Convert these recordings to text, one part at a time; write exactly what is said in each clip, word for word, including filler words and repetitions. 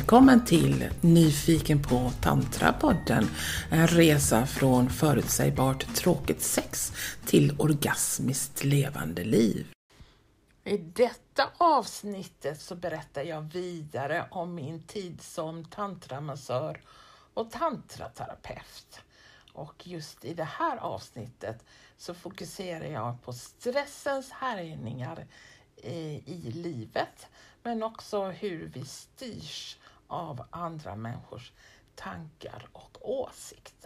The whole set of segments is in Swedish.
Välkommen till Nyfiken på Tantra-podden. En resa från förutsägbart tråkigt sex till orgasmiskt levande liv. I detta avsnittet så berättar jag vidare om min tid som tantramassör och tantraterapeut. Och just i det här avsnittet så fokuserar jag på stressens härjningar i livet, men också hur vi styrs av andra människors tankar och åsikter.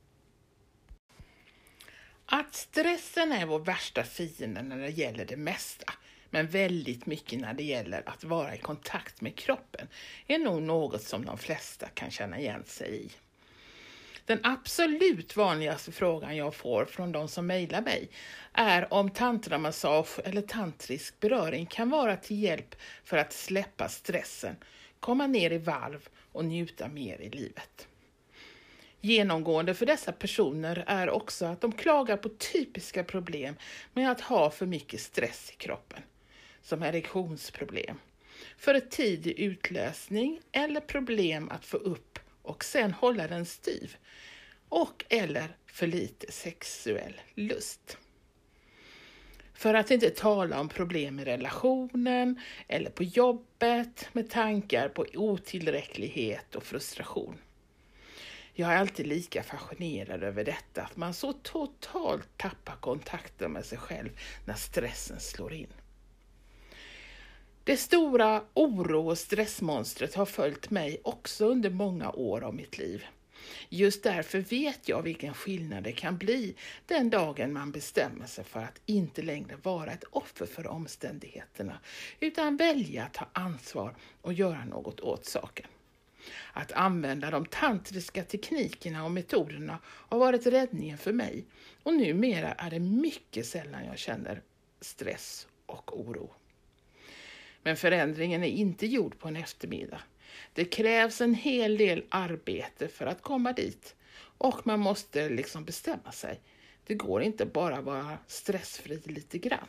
Att stressen är vår värsta fiende när det gäller det mesta, men väldigt mycket när det gäller att vara i kontakt med kroppen, är nog något som de flesta kan känna igen sig i. Den absolut vanligaste frågan jag får från de som mejlar mig är om tantramassage eller tantrisk beröring kan vara till hjälp för att släppa stressen, komma ner i varv och njuta mer i livet. Genomgående för dessa personer är också att de klagar på typiska problem med att ha för mycket stress i kroppen, som erektionsproblem, för ett tidig utlösning eller problem att få upp och sen hålla den styv, och eller för lite sexuell lust. För att inte tala om problem i relationen eller på jobbet med tankar på otillräcklighet och frustration. Jag är alltid lika fascinerad över detta, att man så totalt tappar kontakten med sig själv när stressen slår in. Det stora oro- och stressmonstret har följt mig också under många år av mitt liv. Just därför vet jag vilken skillnad det kan bli den dagen man bestämmer sig för att inte längre vara ett offer för omständigheterna, utan välja att ta ansvar och göra något åt saken. Att använda de tantriska teknikerna och metoderna har varit räddningen för mig, och numera är det mycket sällan jag känner stress och oro. Men förändringen är inte gjord på en eftermiddag. Det krävs en hel del arbete för att komma dit, och man måste liksom bestämma sig. Det går inte bara att vara stressfri lite grann.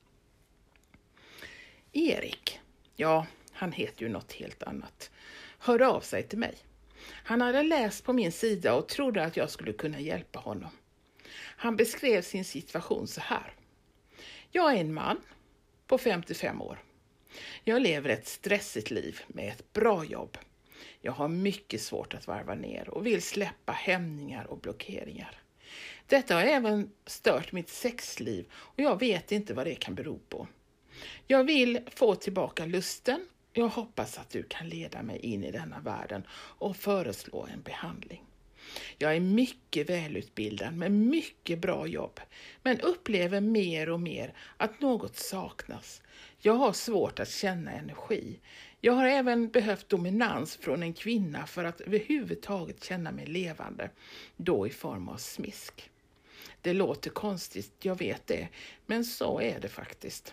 Erik, ja, han heter ju något helt annat, hörde av sig till mig. Han hade läst på min sida och trodde att jag skulle kunna hjälpa honom. Han beskrev sin situation så här. Jag är en man på femtiofem år. Jag lever ett stressigt liv med ett bra jobb. Jag har mycket svårt att varva ner och vill släppa hämningar och blockeringar. Detta har även stört mitt sexliv, och jag vet inte vad det kan bero på. Jag vill få tillbaka lusten. Jag hoppas att du kan leda mig in i denna världen och föreslå en behandling. Jag är mycket välutbildad med mycket bra jobb, men upplever mer och mer att något saknas. Jag har svårt att känna energi. Jag har även behövt dominans från en kvinna för att överhuvudtaget känna mig levande, då i form av smisk. Det låter konstigt, jag vet det, men så är det faktiskt.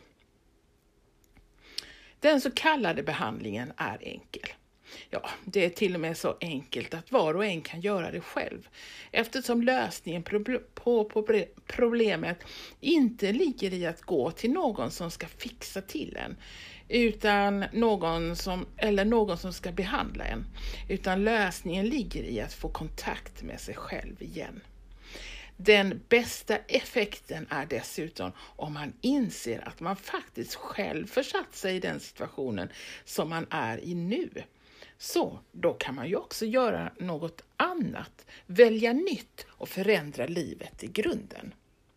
Den så kallade behandlingen är enkel. Ja, det är till och med så enkelt att var och en kan göra det själv, eftersom lösningen på problemet inte ligger i att gå till någon som ska fixa till en, utan någon som, eller någon som ska behandla en, utan lösningen ligger i att få kontakt med sig själv igen. Den bästa effekten är dessutom om man inser att man faktiskt själv försatt sig i den situationen som man är i nu. Så då kan man ju också göra något annat, välja nytt och förändra livet i grunden.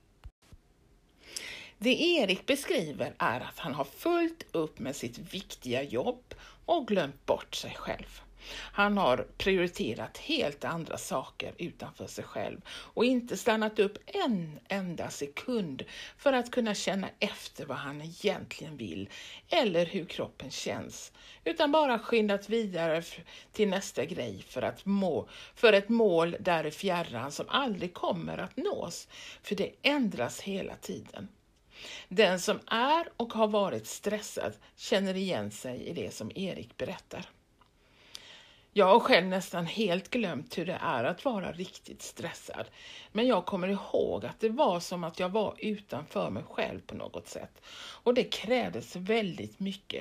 Det Erik beskriver är att han har fullt upp med sitt viktiga jobb och glömt bort sig själv. Han har prioriterat helt andra saker utanför sig själv och inte stannat upp en enda sekund för att kunna känna efter vad han egentligen vill eller hur kroppen känns, utan bara skyndat vidare till nästa grej för att må, för ett mål där i fjärran som aldrig kommer att nås, för det ändras hela tiden. Den som är och har varit stressad känner igen sig i det som Erik berättar. Jag har själv nästan helt glömt hur det är att vara riktigt stressad. Men jag kommer ihåg att det var som att jag var utanför mig själv på något sätt. Och det krävdes väldigt mycket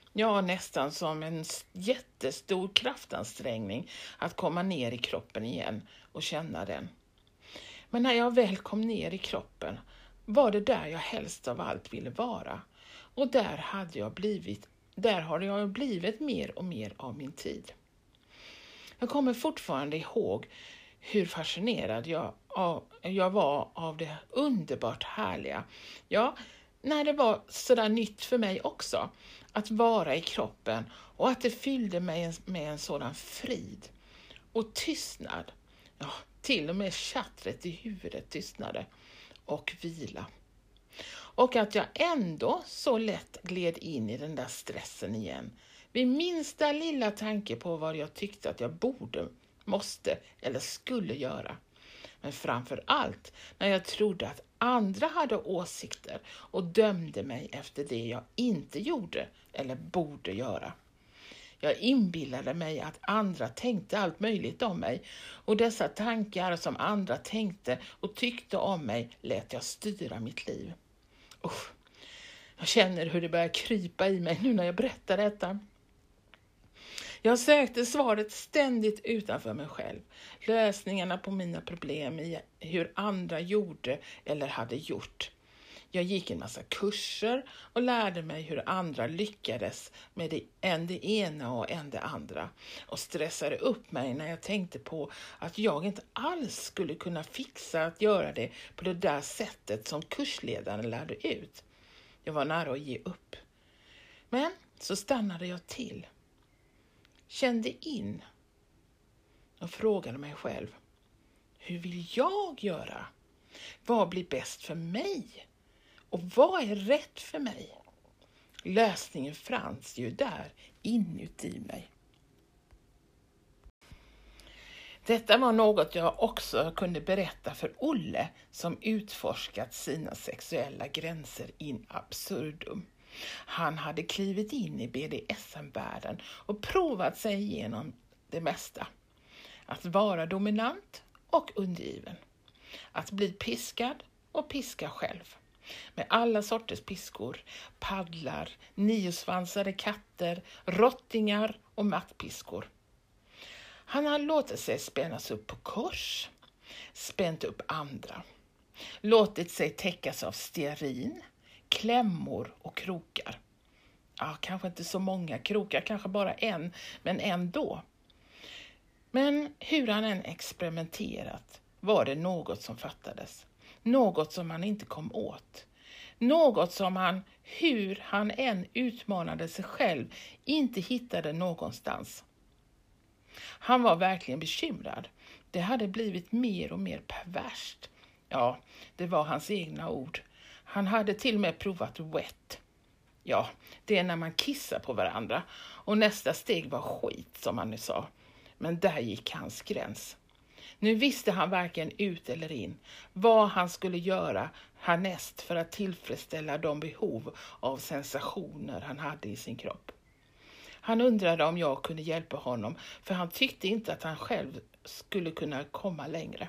Ja, nästan som en jättestor kraftansträngning att komma ner i kroppen igen och känna den. Men när jag väl kom ner i kroppen var det där jag helst av allt ville vara. Och där hade jag blivit, där har jag blivit mer och mer av min tid. Jag kommer fortfarande ihåg hur fascinerad jag, av, jag var av det underbart härliga. Ja, när det var sådär nytt för mig också. Att vara i kroppen och att det fyllde mig med en sådan frid och tystnad. Ja, till och med chattret i huvudet tystnade och vila. Och att jag ändå så lätt gled in i den där stressen igen. Vid minsta lilla tanke på vad jag tyckte att jag borde, måste eller skulle göra. Men framför allt när jag trodde att andra hade åsikter och dömde mig efter det jag inte gjorde eller borde göra. Jag inbillade mig att andra tänkte allt möjligt om mig och dessa tankar som andra tänkte och tyckte om mig lät jag styra mitt liv. Usch, jag känner hur det börjar krypa i mig nu när jag berättar detta. Jag sökte svaret ständigt utanför mig själv. Lösningarna på mina problem i hur andra gjorde eller hade gjort. Jag gick en massa kurser och lärde mig hur andra lyckades med det, en det ena och en det andra. Och stressade upp mig när jag tänkte på att jag inte alls skulle kunna fixa att göra det på det där sättet som kursledaren lärde ut. Jag var nära att ge upp. Men så stannade jag till. Kände in och frågade mig själv. Hur vill jag göra? Vad blir bäst för mig? Och vad är rätt för mig? Lösningen fanns ju där inuti mig. Detta var något jag också kunde berätta för Olle som utforskat sina sexuella gränser in absurdum. Han hade klivit in i B D S M-världen och provat sig igenom det mesta. Att vara dominant och undergiven. Att bli piskad och piska själv. Med alla sorters piskor, paddlar, niosvansade katter, rottingar och mattpiskor. Han har låtit sig spännas upp på kors, spänt upp andra. Låtit sig täckas av stearin, klämmor och krokar. Ja, kanske inte så många krokar, kanske bara en, men ändå. Men hur han än experimenterat var det något som fattades. Något som han inte kom åt. Något som han, hur han än utmanade sig själv, inte hittade någonstans. Han var verkligen bekymrad. Det hade blivit mer och mer perverst. Ja, det var hans egna ord. Han hade till och med provat wet. Ja, det är när man kissar på varandra. Och nästa steg var skit, som han nu sa. Men där gick hans gräns. Nu visste han varken ut eller in vad han skulle göra härnäst för att tillfredsställa de behov av sensationer han hade i sin kropp. Han undrade om jag kunde hjälpa honom, för han tyckte inte att han själv skulle kunna komma längre.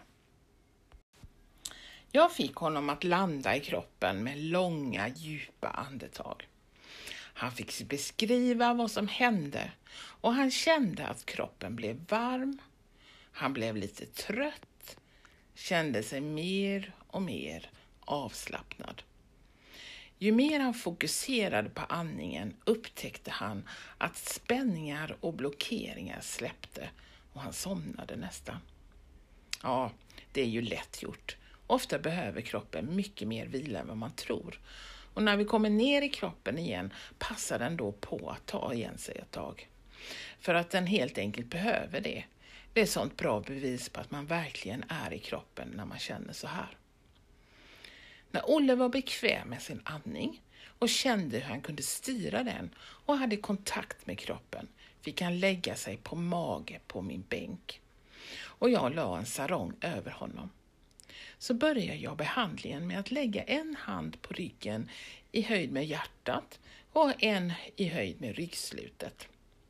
Jag fick honom att landa i kroppen med långa, djupa andetag. Han fick beskriva vad som hände och han kände att kroppen blev varm. Han blev lite trött, kände sig mer och mer avslappnad. Ju mer han fokuserade på andningen upptäckte han att spänningar och blockeringar släppte och han somnade nästan. Ja, det är ju lätt gjort. Ofta behöver kroppen mycket mer vila än vad man tror. Och när vi kommer ner i kroppen igen passar den då på att ta igen sig ett tag. För att den helt enkelt behöver det. Det är sånt bra bevis på att man verkligen är i kroppen när man känner så här. När Olle var bekväm med sin andning och kände hur han kunde styra den och hade kontakt med kroppen fick han lägga sig på mage på min bänk. Och jag la en sarong över honom. Så började jag behandlingen med att lägga en hand på ryggen i höjd med hjärtat och en i höjd med ryggslutet.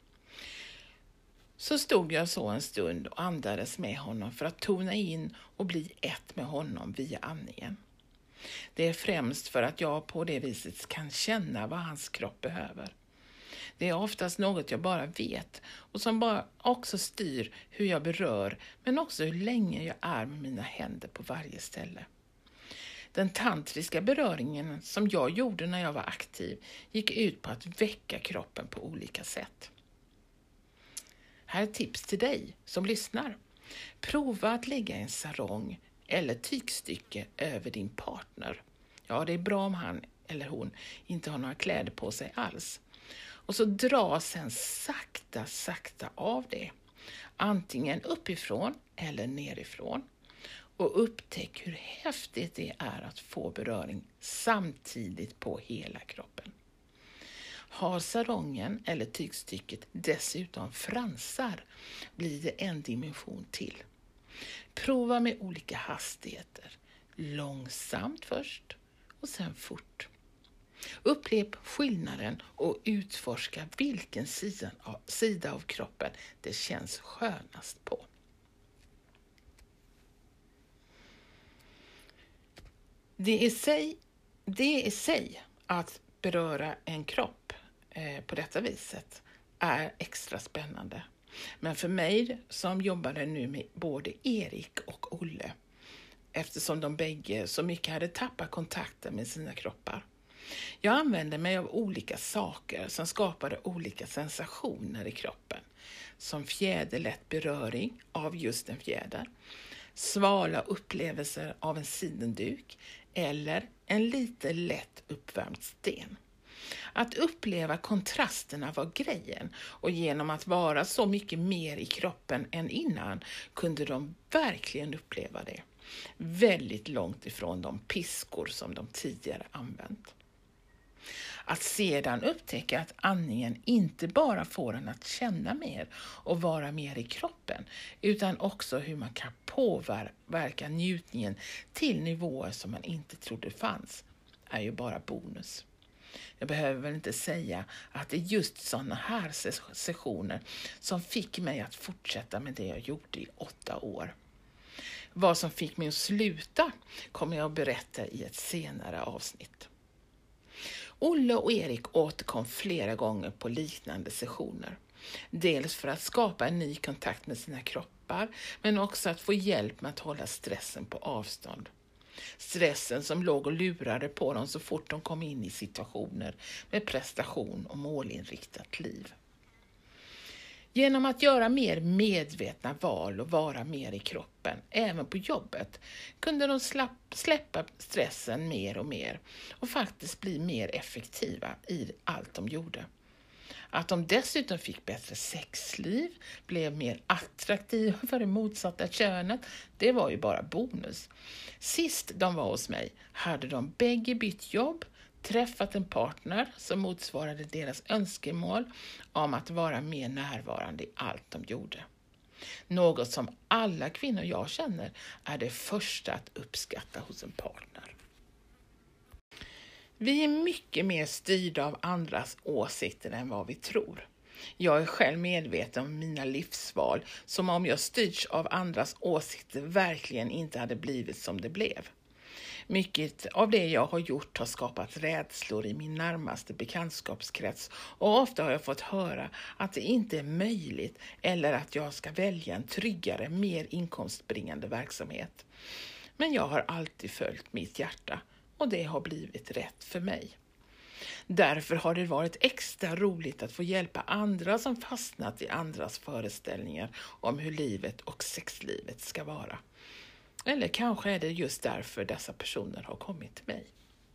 Så stod jag så en stund och andades med honom för att tona in och bli ett med honom via andningen. Det är främst för att jag på det viset kan känna vad hans kropp behöver. Det är oftast något jag bara vet och som bara också styr hur jag berör, men också hur länge jag är med mina händer på varje ställe. Den tantriska beröringen som jag gjorde när jag var aktiv gick ut på att väcka kroppen på olika sätt. Här är tips till dig som lyssnar. Prova att lägga en sarong eller tygstycke över din partner. Ja, det är bra om han eller hon inte har några kläder på sig alls. Och så dra sen sakta, sakta av det. Antingen uppifrån eller nerifrån. Och upptäck hur häftigt det är att få beröring samtidigt på hela kroppen. Har sarongen eller tygstycket dessutom fransar blir det en dimension till. Prova med olika hastigheter. Långsamt först och sen fort. Upplev skillnaden och utforska vilken sida av, sida av kroppen det känns skönast på. Det är sig, det är sig att beröra en kropp eh, på detta viset är extra spännande. Men för mig som jobbade nu med både Erik och Olle, eftersom de bägge så mycket hade tappat kontakten med sina kroppar. Jag använde mig av olika saker som skapade olika sensationer i kroppen. Som fjäderlätt beröring av just en fjäder, svala upplevelser av en sidenduk eller en lite lätt uppvärmd sten. Att uppleva kontrasterna var grejen och genom att vara så mycket mer i kroppen än innan kunde de verkligen uppleva det. Väldigt långt ifrån de piskor som de tidigare använt. Att sedan upptäcka att andningen inte bara får en att känna mer och vara mer i kroppen, utan också hur man kan påverka njutningen till nivåer som man inte trodde fanns, är ju bara bonus. Jag behöver väl inte säga att det är just sådana här sessioner som fick mig att fortsätta med det jag gjorde i åtta år. Vad som fick mig att sluta kommer jag att berätta i ett senare avsnitt. Olle och Erik återkom flera gånger på liknande sessioner. Dels för att skapa en ny kontakt med sina kroppar, men också att få hjälp med att hålla stressen på avstånd. Stressen som låg och lurade på dem så fort de kom in i situationer med prestation och målinriktat liv. Genom att göra mer medvetna val och vara mer i kroppen, även på jobbet, kunde de släppa stressen mer och mer och faktiskt bli mer effektiva i allt de gjorde. Att de dessutom fick bättre sexliv, blev mer attraktiva för det motsatta könet, det var ju bara bonus. Sist de var hos mig hade de bägge bytt jobb, träffat en partner som motsvarade deras önskemål om att vara mer närvarande i allt de gjorde. Något som alla kvinnor jag känner är det första att uppskatta hos en partner. Vi är mycket mer styrda av andras åsikter än vad vi tror. Jag är själv medveten om mina livsval, som om jag styrts av andras åsikter verkligen inte hade blivit som det blev. Mycket av det jag har gjort har skapat rädslor i min närmaste bekantskapskrets och ofta har jag fått höra att det inte är möjligt eller att jag ska välja en tryggare, mer inkomstbringande verksamhet. Men jag har alltid följt mitt hjärta och det har blivit rätt för mig. Därför har det varit extra roligt att få hjälpa andra som fastnat i andras föreställningar om hur livet och sexlivet ska vara. Eller kanske är det just därför dessa personer har kommit till mig.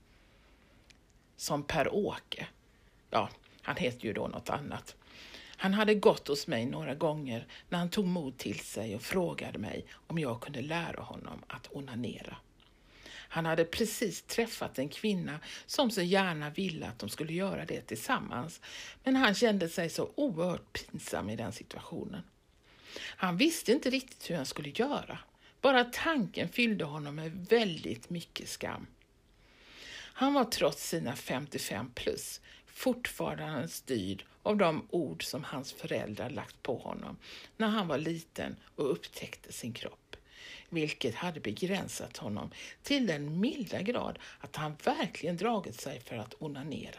Som Per-Åke. Ja, han heter ju då något annat. Han hade gått hos mig några gånger när han tog mod till sig och frågade mig om jag kunde lära honom att onanera. Han hade precis träffat en kvinna som så gärna ville att de skulle göra det tillsammans, men han kände sig så oerhört pinsam i den situationen. Han visste inte riktigt hur han skulle göra. Bara tanken fyllde honom med väldigt mycket skam. Han var trots sina femtiofem plus fortfarande styrd av de ord som hans föräldrar lagt på honom när han var liten och upptäckte sin kropp, vilket hade begränsat honom till den milda grad att han verkligen dragit sig för att onanera.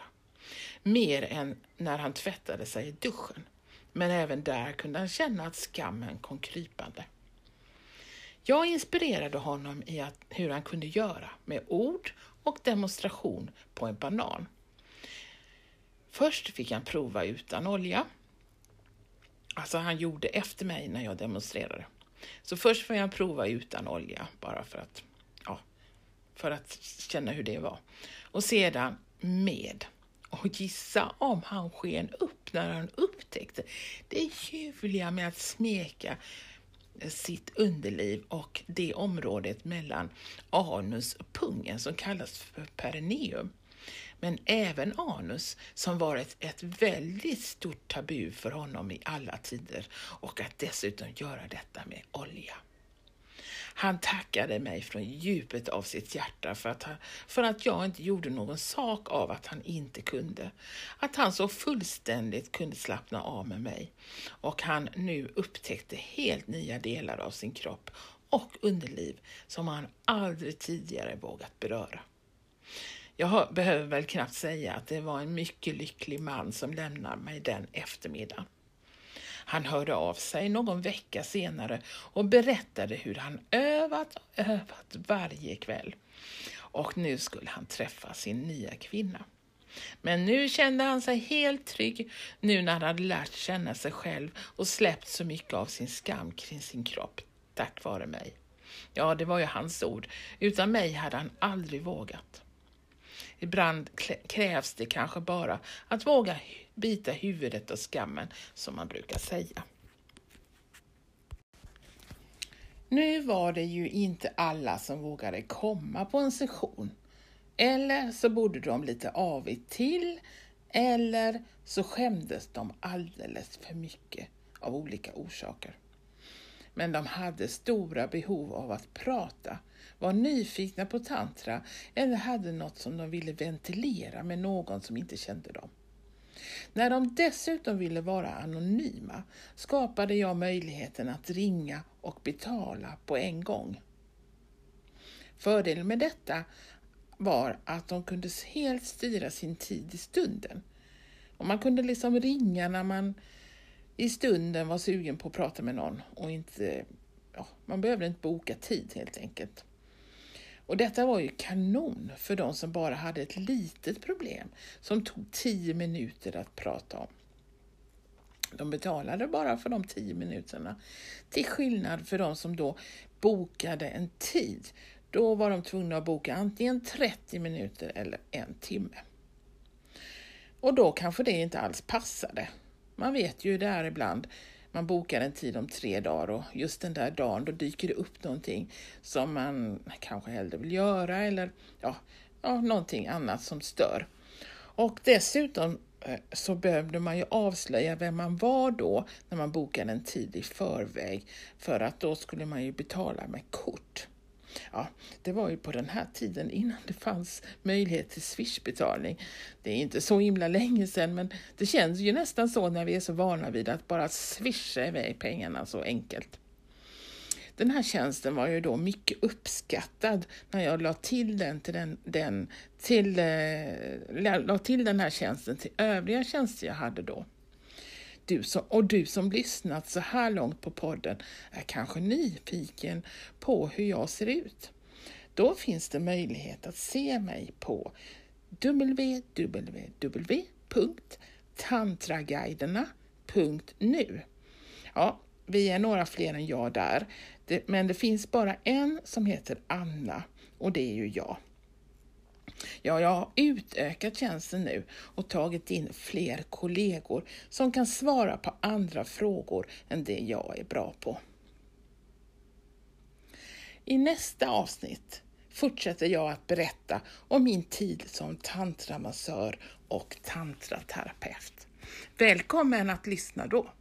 Mer än när han tvättade sig i duschen. Men även där kunde han känna att skammen kom krypande. Jag inspirerade honom i att, hur han kunde göra med ord och demonstration på en banan. Först fick han prova utan olja. Alltså han gjorde efter mig när jag demonstrerade. Så först får jag prova utan olja bara för att, ja, för att känna hur det var. Och sedan med. Och gissa om han sken upp när han upptäckte det ljuvliga med att smeka sitt underliv och det området mellan anus och pungen som kallas för perineum. Men även anus som varit ett väldigt stort tabu för honom i alla tider, och att dessutom göra detta med olja. Han tackade mig från djupet av sitt hjärta för att, han, för att jag inte gjorde någon sak av att han inte kunde. Att han så fullständigt kunde slappna av med mig. Och han nu upptäckte helt nya delar av sin kropp och underliv som han aldrig tidigare vågat beröra. Jag behöver väl knappt säga att det var en mycket lycklig man som lämnade mig den eftermiddagen. Han hörde av sig någon vecka senare och berättade hur han övat och övat varje kväll. Och nu skulle han träffa sin nya kvinna. Men nu kände han sig helt trygg, nu när han hade lärt känna sig själv och släppt så mycket av sin skam kring sin kropp, tack vare mig. Ja, det var ju hans ord. Utan mig hade han aldrig vågat. Ibland krävs det kanske bara att våga bita huvudet av skammen, som man brukar säga. Nu var det ju inte alla som vågade komma på en session. Eller så bodde de lite avigt till, eller så skämdes de alldeles för mycket av olika orsaker. Men de hade stora behov av att prata, var nyfikna på tantra eller hade något som de ville ventilera med någon som inte kände dem. När de dessutom ville vara anonyma skapade jag möjligheten att ringa och betala på en gång. Fördelen med detta var att de kunde helt styra sin tid i stunden. Och man kunde liksom ringa när man i stunden var sugen på att prata med någon och inte, ja, man behövde inte boka tid helt enkelt. Och detta var ju kanon för de som bara hade ett litet problem som tog tio minuter att prata om. De betalade bara för de tio minuterna, till skillnad för de som då bokade en tid. Då var de tvungna att boka antingen trettio minuter eller en timme. Och då kanske det inte alls passade. Man vet ju där ibland, man bokar en tid om tre dagar och just den där dagen då dyker det upp någonting som man kanske hellre vill göra eller ja, ja, någonting annat som stör. Och dessutom så behövde man ju avslöja vem man var då när man bokade en tid i förväg, för att då skulle man ju betala med kort. Ja, det var ju på den här tiden innan det fanns möjlighet till swishbetalning. Det är inte så himla länge sedan, men det känns ju nästan så när vi är så vana vid att bara swisha iväg pengarna så enkelt. Den här tjänsten var ju då mycket uppskattad när jag la till den till den, den till eh, la till den här tjänsten till övriga tjänster jag hade då. Du som, och du som lyssnat så här långt på podden är kanske nyfiken på hur jag ser ut. Då finns det möjlighet att se mig på w w w punkt tantraguiderna punkt nu. Ja, vi är några fler än jag där, det, men det finns bara en som heter Anna och det är ju jag. Ja, jag har utökat tjänsten nu och tagit in fler kollegor som kan svara på andra frågor än det jag är bra på. I nästa avsnitt fortsätter jag att berätta om min tid som tantramassör och tantraterapeut. Välkommen att lyssna då!